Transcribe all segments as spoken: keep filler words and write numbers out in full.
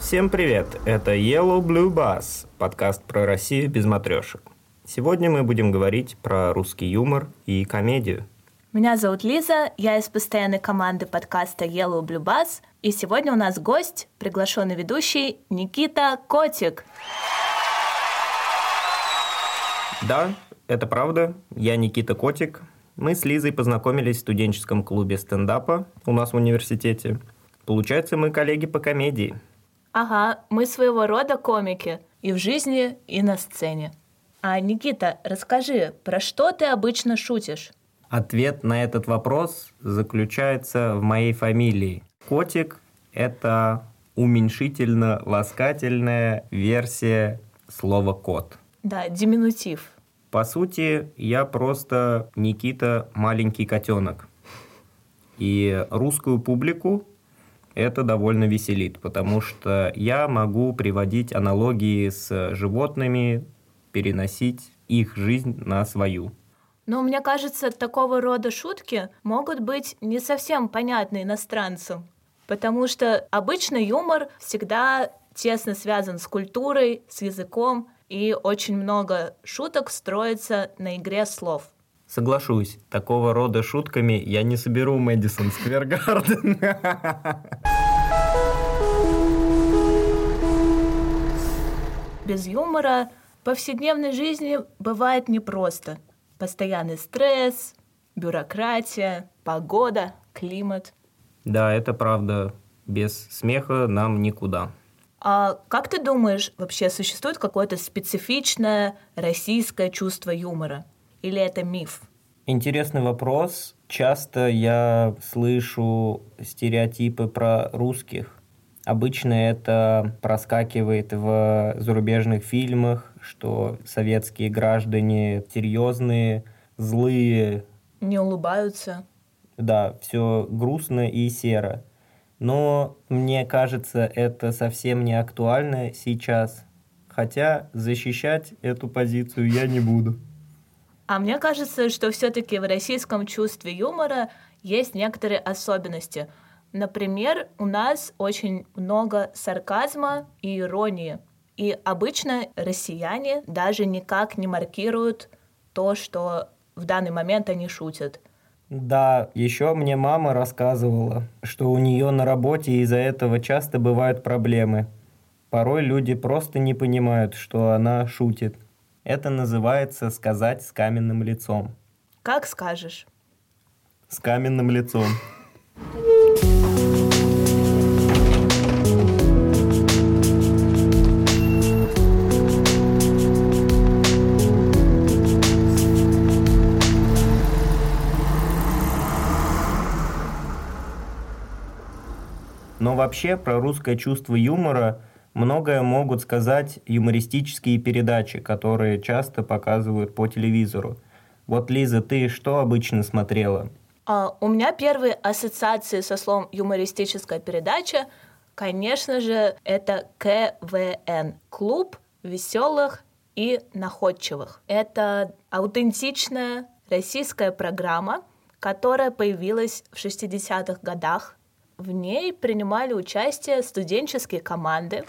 Всем привет, это Yellow Blue Bus, подкаст про Россию без матрешек. Сегодня мы будем говорить про русский юмор и комедию. Меня зовут Лиза, я из постоянной команды подкаста Yellow Blue Bus, и сегодня у нас гость, приглашенный ведущий Никита Котик. Да, это правда, я Никита Котик. Мы с Лизой познакомились в студенческом клубе стендапа у нас в университете. Получается, мы коллеги по комедии. Ага, мы своего рода комики и в жизни, и на сцене. А, Никита, расскажи, про что ты обычно шутишь? Ответ на этот вопрос заключается в моей фамилии. Котик – это уменьшительно-ласкательная версия слова «кот». Да, диминутив. По сути, я просто Никита маленький котенок. И русскую публику это довольно веселит, потому что я могу приводить аналогии с животными, переносить их жизнь на свою. Но мне кажется, такого рода шутки могут быть не совсем понятны иностранцам, потому что обычно юмор всегда тесно связан с культурой, с языком, и очень много шуток строится на игре слов. Соглашусь, такого рода шутками я не соберу Мэдисон Сквер Гарден. Без юмора в повседневной жизни бывает непросто. Постоянный стресс, бюрократия, погода, климат. Да, это правда. Без смеха нам никуда. А как ты думаешь, вообще существует какое-то специфичное российское чувство юмора? Или это миф? Интересный вопрос. Часто я слышу стереотипы про русских. Обычно это проскакивает в зарубежных фильмах, что советские граждане серьезные, злые. Не улыбаются. Да, все грустно и серо. Но мне кажется, это совсем не актуально сейчас. Хотя защищать эту позицию я не буду. А мне кажется, что все-таки в российском чувстве юмора есть некоторые особенности. Например, у нас очень много сарказма и иронии. И обычно россияне даже никак не маркируют то, что в данный момент они шутят. Да, еще мне мама рассказывала, что у нее на работе из-за этого часто бывают проблемы. Порой люди просто не понимают, что она шутит. Это называется сказать с каменным лицом. Как скажешь? С каменным лицом. Но вообще про русское чувство юмора многое могут сказать юмористические передачи, которые часто показывают по телевизору. Вот, Лиза, ты что обычно смотрела? А, у меня первые ассоциации со словом юмористическая передача, конечно же, это ка вэ эн – клуб веселых и находчивых. Это аутентичная российская программа, которая появилась в шестидесятых годах. В ней принимали участие студенческие команды.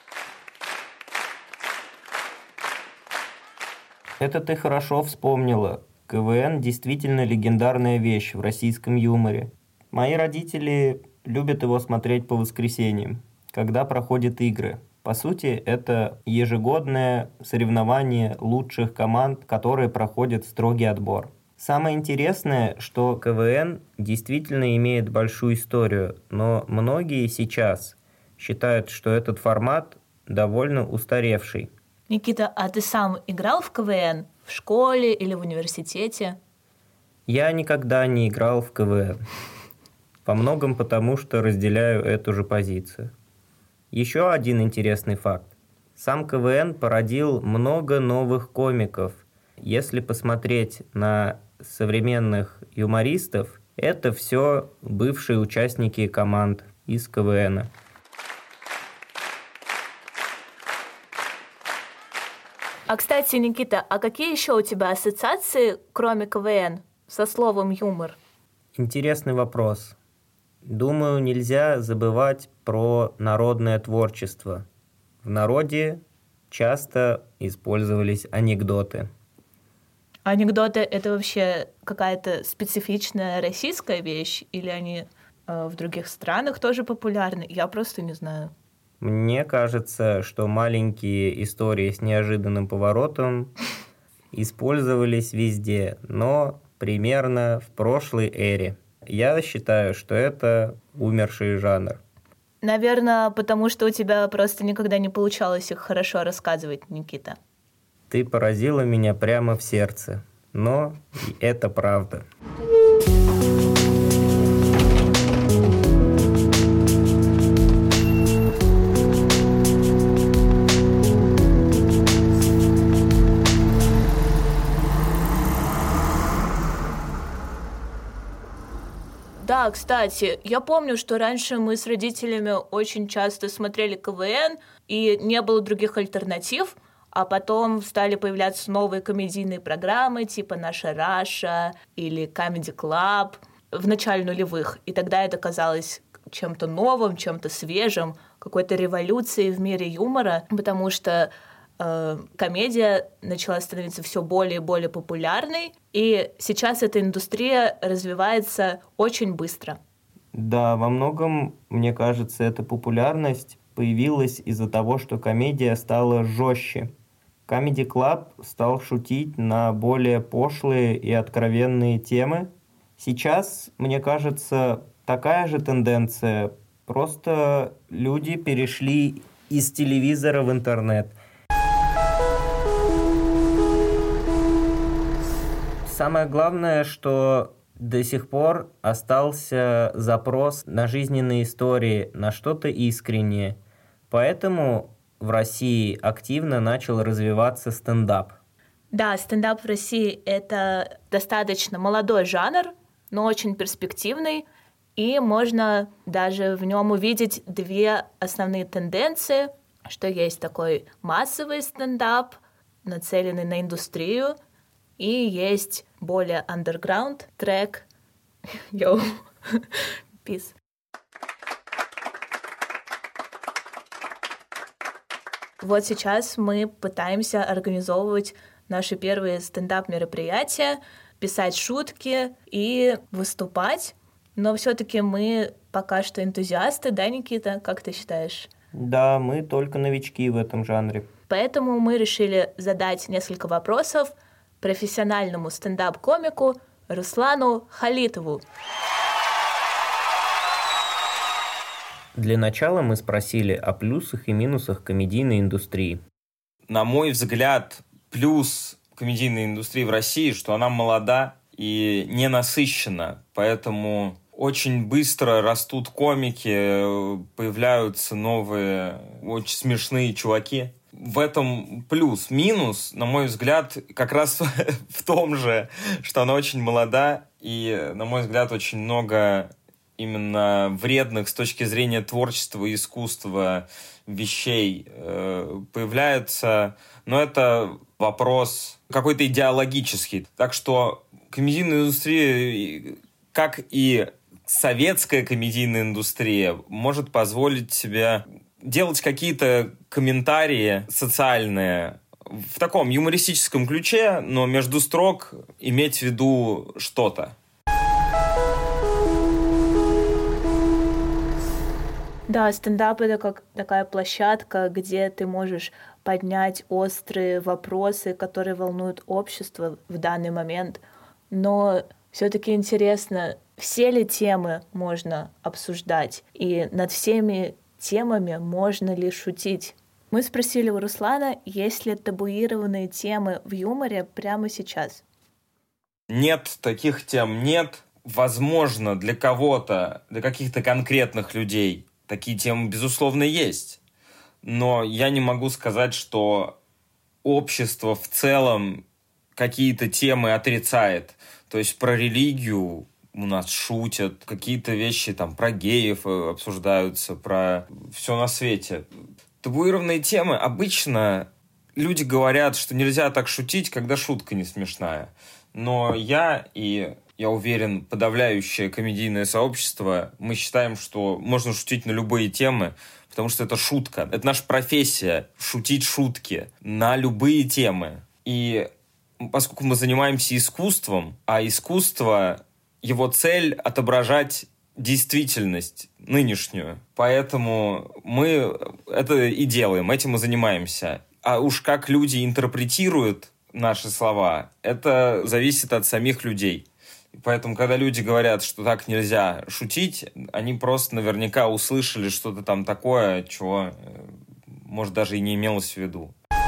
Это ты хорошо вспомнила. ка вэ эн действительно легендарная вещь в российском юморе. Мои родители любят его смотреть по воскресеньям, когда проходят игры. По сути, это ежегодное соревнование лучших команд, которые проходят строгий отбор. Самое интересное, что ка вэ эн действительно имеет большую историю, но многие сейчас считают, что этот формат довольно устаревший. Никита, а ты сам играл в ка вэ эн в школе или в университете? Я никогда не играл в ка вэ эн. Во многом потому, что разделяю эту же позицию. Еще один интересный факт. Сам ка вэ эн породил много новых комиков. Если посмотреть на современных юмористов, это все бывшие участники команд из ка вэ эн. А, кстати, Никита, а какие еще у тебя ассоциации, кроме ка вэ эн, со словом юмор? Интересный вопрос. Думаю, нельзя забывать про народное творчество. В народе часто использовались анекдоты. Анекдоты — это вообще какая-то специфичная российская вещь, или они э, в других странах тоже популярны? Я просто не знаю. Мне кажется, что маленькие истории с неожиданным поворотом использовались везде, но примерно в прошлой эре. Я считаю, что это умерший жанр. Наверное, потому что у тебя просто никогда не получалось их хорошо рассказывать, Никита. Ты поразила меня прямо в сердце, но и это правда. Да, кстати, я помню, что раньше мы с родителями очень часто смотрели КВН, и не было других альтернатив, а потом стали появляться новые комедийные программы, типа «Наша Раша» или «Comedy Club» в начале нулевых, и тогда это казалось чем-то новым, чем-то свежим, какой-то революцией в мире юмора, потому что э, комедия начала становиться все более и более популярной, и сейчас эта индустрия развивается очень быстро. Да, во многом, мне кажется, эта популярность появилась из-за того, что комедия стала жестче. Comedy Club стал шутить на более пошлые и откровенные темы. Сейчас, мне кажется, такая же тенденция. Просто люди перешли из телевизора в интернет. Самое главное, что до сих пор остался запрос на жизненные истории, на что-то искреннее. Поэтому в России активно начал развиваться стендап. Да, стендап в России — это достаточно молодой жанр, но очень перспективный, и можно даже в нем увидеть две основные тенденции, что есть такой массовый стендап, нацеленный на индустрию, и есть более underground трек. Йоу, peace. Вот сейчас мы пытаемся организовывать наши первые стендап-мероприятия, писать шутки и выступать. Но все-таки мы пока что энтузиасты, да, Никита? Как ты считаешь? Да, мы только новички в этом жанре. Поэтому мы решили задать несколько вопросов профессиональному стендап-комику Руслану Халитову. Для начала мы спросили о плюсах и минусах комедийной индустрии. На мой взгляд, плюс комедийной индустрии в России, что она молода и не насыщена, поэтому очень быстро растут комики, появляются новые, очень смешные чуваки. В этом плюс. Минус, на мой взгляд, как раз в том же, что она очень молода, и, на мой взгляд, очень много именно вредных с точки зрения творчества и искусства вещей э, появляется. Но это вопрос какой-то идеологический. Так что комедийная индустрия, как и советская комедийная индустрия, может позволить себе делать какие-то комментарии социальные в таком юмористическом ключе, но между строк иметь в виду что-то. Да, стендап — это как такая площадка, где ты можешь поднять острые вопросы, которые волнуют общество в данный момент. Но все-таки интересно, все ли темы можно обсуждать, и над всеми темами можно ли шутить? Мы спросили у Руслана, есть ли табуированные темы в юморе прямо сейчас. Нет, таких тем нет. Возможно, для кого-то, для каких-то конкретных людей такие темы, безусловно, есть. Но я не могу сказать, что общество в целом какие-то темы отрицает. То есть про религию у нас шутят, какие-то вещи там про геев обсуждаются, про все на свете. Табуированные темы обычно люди говорят, что нельзя так шутить, когда шутка не смешная. Но я и я уверен, подавляющее комедийное сообщество, мы считаем, что можно шутить на любые темы, потому что это шутка. Это наша профессия — шутить шутки на любые темы. И поскольку мы занимаемся искусством, а искусство, его цель — отображать действительность нынешнюю. Поэтому мы это и делаем, этим мы занимаемся. А уж как люди интерпретируют наши слова, это зависит от самих людей. Поэтому, когда люди говорят, что так нельзя шутить, они просто наверняка услышали что-то там такое, чего, может, даже и не имелось в виду.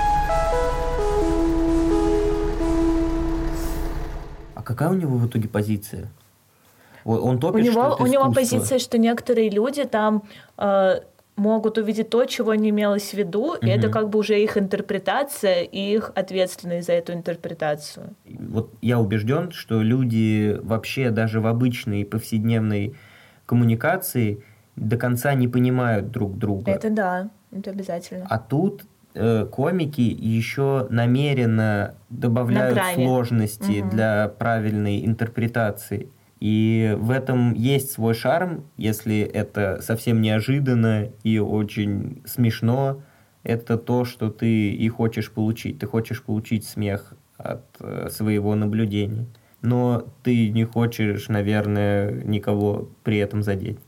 А какая у него в итоге позиция? Он топит, у него, что это у него искусство. позиция, что некоторые люди там э, могут увидеть то, чего не имелось в виду, угу. и это как бы уже их интерпретация и их ответственность за эту интерпретацию. Вот я убежден, что люди вообще даже в обычной повседневной коммуникации до конца не понимают друг друга. Это да, это обязательно. А тут э, комики еще намеренно добавляют сложности угу. для правильной интерпретации. И в этом есть свой шарм, если это совсем неожиданно и очень смешно. Это то, что ты и хочешь получить. Ты хочешь получить смех от э, своего наблюдения. Но ты не хочешь, наверное, никого при этом задеть.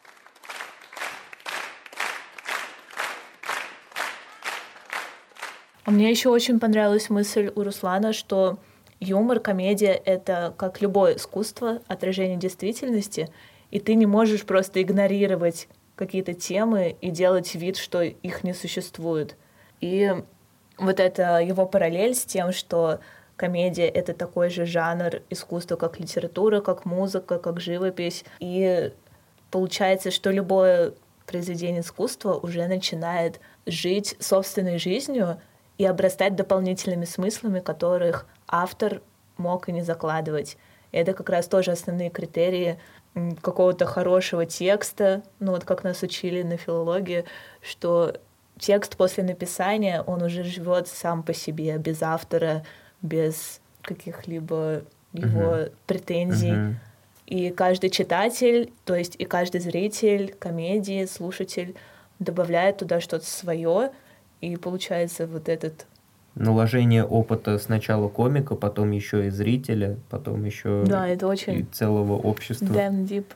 А мне еще очень понравилась мысль у Руслана, что юмор, комедия — это, как любое искусство, отражение действительности, и ты не можешь просто игнорировать какие-то темы и делать вид, что их не существует. И вот это его параллель с тем, что комедия — это такой же жанр искусства, как литература, как музыка, как живопись. И получается, что любое произведение искусства уже начинает жить собственной жизнью и обрастать дополнительными смыслами, которых автор мог и не закладывать. И это как раз тоже основные критерии какого-то хорошего текста, ну вот как нас учили на филологии, что текст после написания, он уже живет сам по себе, без автора, без каких-либо его uh-huh. претензий. Uh-huh. И каждый читатель, то есть и каждый зритель комедии, слушатель добавляет туда что-то свое, и получается вот этот... наложение опыта сначала комика, потом еще и зрителя, потом еще да, это очень и целого общества. Damn deep.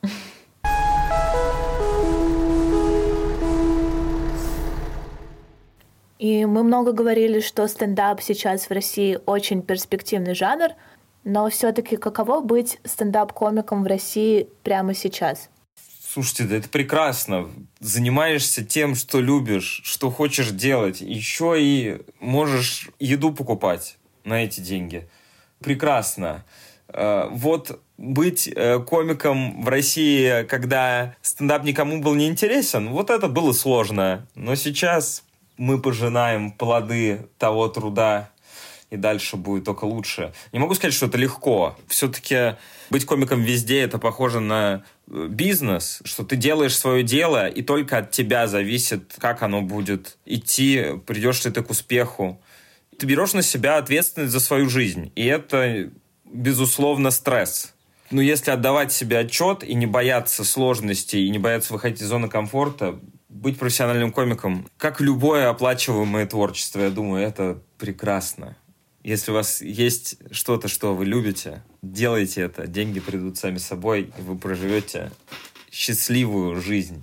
И мы много говорили, что стендап сейчас в России очень перспективный жанр, но все-таки каково быть стендап-комиком в России прямо сейчас? Слушайте, да это прекрасно. Занимаешься тем, что любишь, что хочешь делать. Еще и можешь еду покупать на эти деньги. Прекрасно. Вот быть комиком в России, когда стендап никому был не интересен, вот это было сложно. Но сейчас мы пожинаем плоды того труда, и дальше будет только лучше. Не могу сказать, что это легко. Все-таки быть комиком везде — это похоже на бизнес, что ты делаешь свое дело, и только от тебя зависит, как оно будет идти, придешь ли ты к успеху. Ты берешь на себя ответственность за свою жизнь, и это, безусловно, стресс. Но если отдавать себе отчет и не бояться сложностей, и не бояться выходить из зоны комфорта, быть профессиональным комиком, как любое оплачиваемое творчество, я думаю, это прекрасно. Если у вас есть что-то, что вы любите, делайте это. Деньги придут сами собой, и вы проживете счастливую жизнь.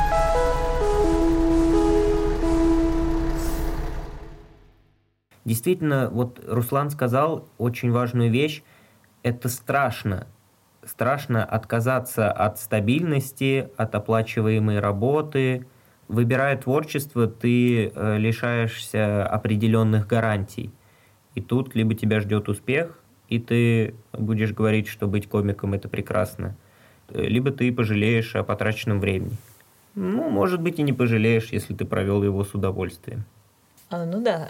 Действительно, вот Руслан сказал очень важную вещь. Это страшно. Страшно отказаться от стабильности, от оплачиваемой работы. Выбирая творчество, ты лишаешься определенных гарантий. И тут либо тебя ждет успех, и ты будешь говорить, что быть комиком — это прекрасно, либо ты пожалеешь о потраченном времени. Ну, может быть, и не пожалеешь, если ты провел его с удовольствием. А, ну да.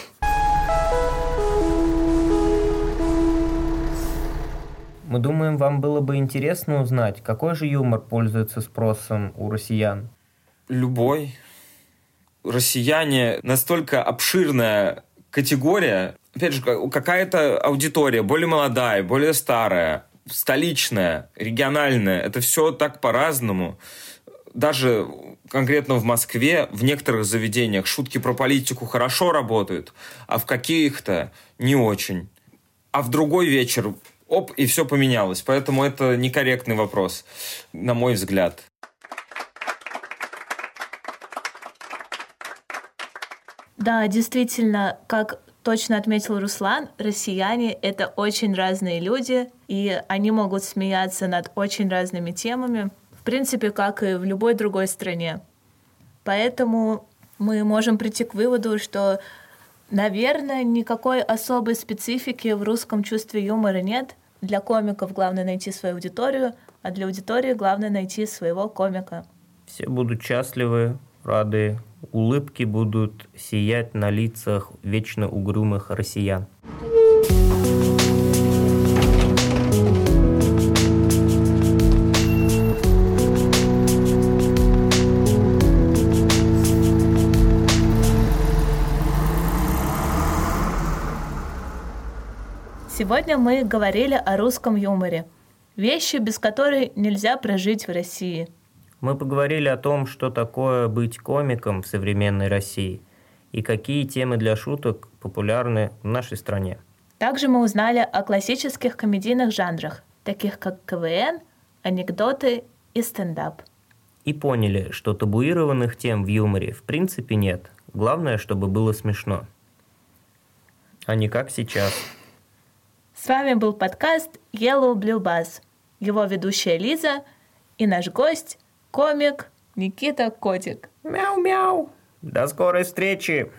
Мы думаем, вам было бы интересно узнать, какой же юмор пользуется спросом у россиян? Любой. Россияне настолько обширная категория. Опять же, какая-то аудитория, более молодая, более старая. столичное, региональное, это все так по-разному. Даже конкретно в Москве в некоторых заведениях шутки про политику хорошо работают, а в каких-то не очень. А в другой вечер, оп, и все поменялось. Поэтому это некорректный вопрос, на мой взгляд. Да, действительно, как точно отметил Руслан, россияне — это очень разные люди, и они могут смеяться над очень разными темами, в принципе, как и в любой другой стране. Поэтому мы можем прийти к выводу, что, наверное, никакой особой специфики в русском чувстве юмора нет. Для комиков главное найти свою аудиторию, а для аудитории главное найти своего комика. Все будут счастливы, рады, улыбки будут сиять на лицах вечно угрюмых россиян. Сегодня мы говорили о русском юморе, вещи, без которой нельзя прожить в России. Мы поговорили о том, что такое быть комиком в современной России и какие темы для шуток популярны в нашей стране. Также мы узнали о классических комедийных жанрах, таких как КВН, анекдоты и стендап. И поняли, что табуированных тем в юморе в принципе нет. Главное, чтобы было смешно. А не как сейчас. С вами был подкаст Yellow Blue Buzz. Его ведущая Лиза и наш гость – комик Никита Котик. Мяу-мяу. До скорой встречи.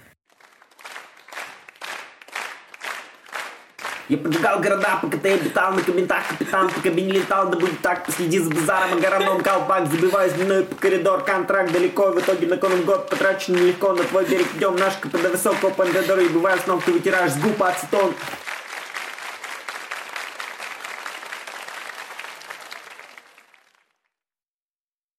Я поджигал города, пока ты обитал на комментах, капитан, пока бы не летал, да будет так, последи за базаром, огороном, колпак, забиваюсь длиной по коридор, контракт далеко, в итоге на коном год потрачен нелегко, на твой берег идем, наш КПД высокого пандадора, и бывает снова ты вытираешь с губ ацетон.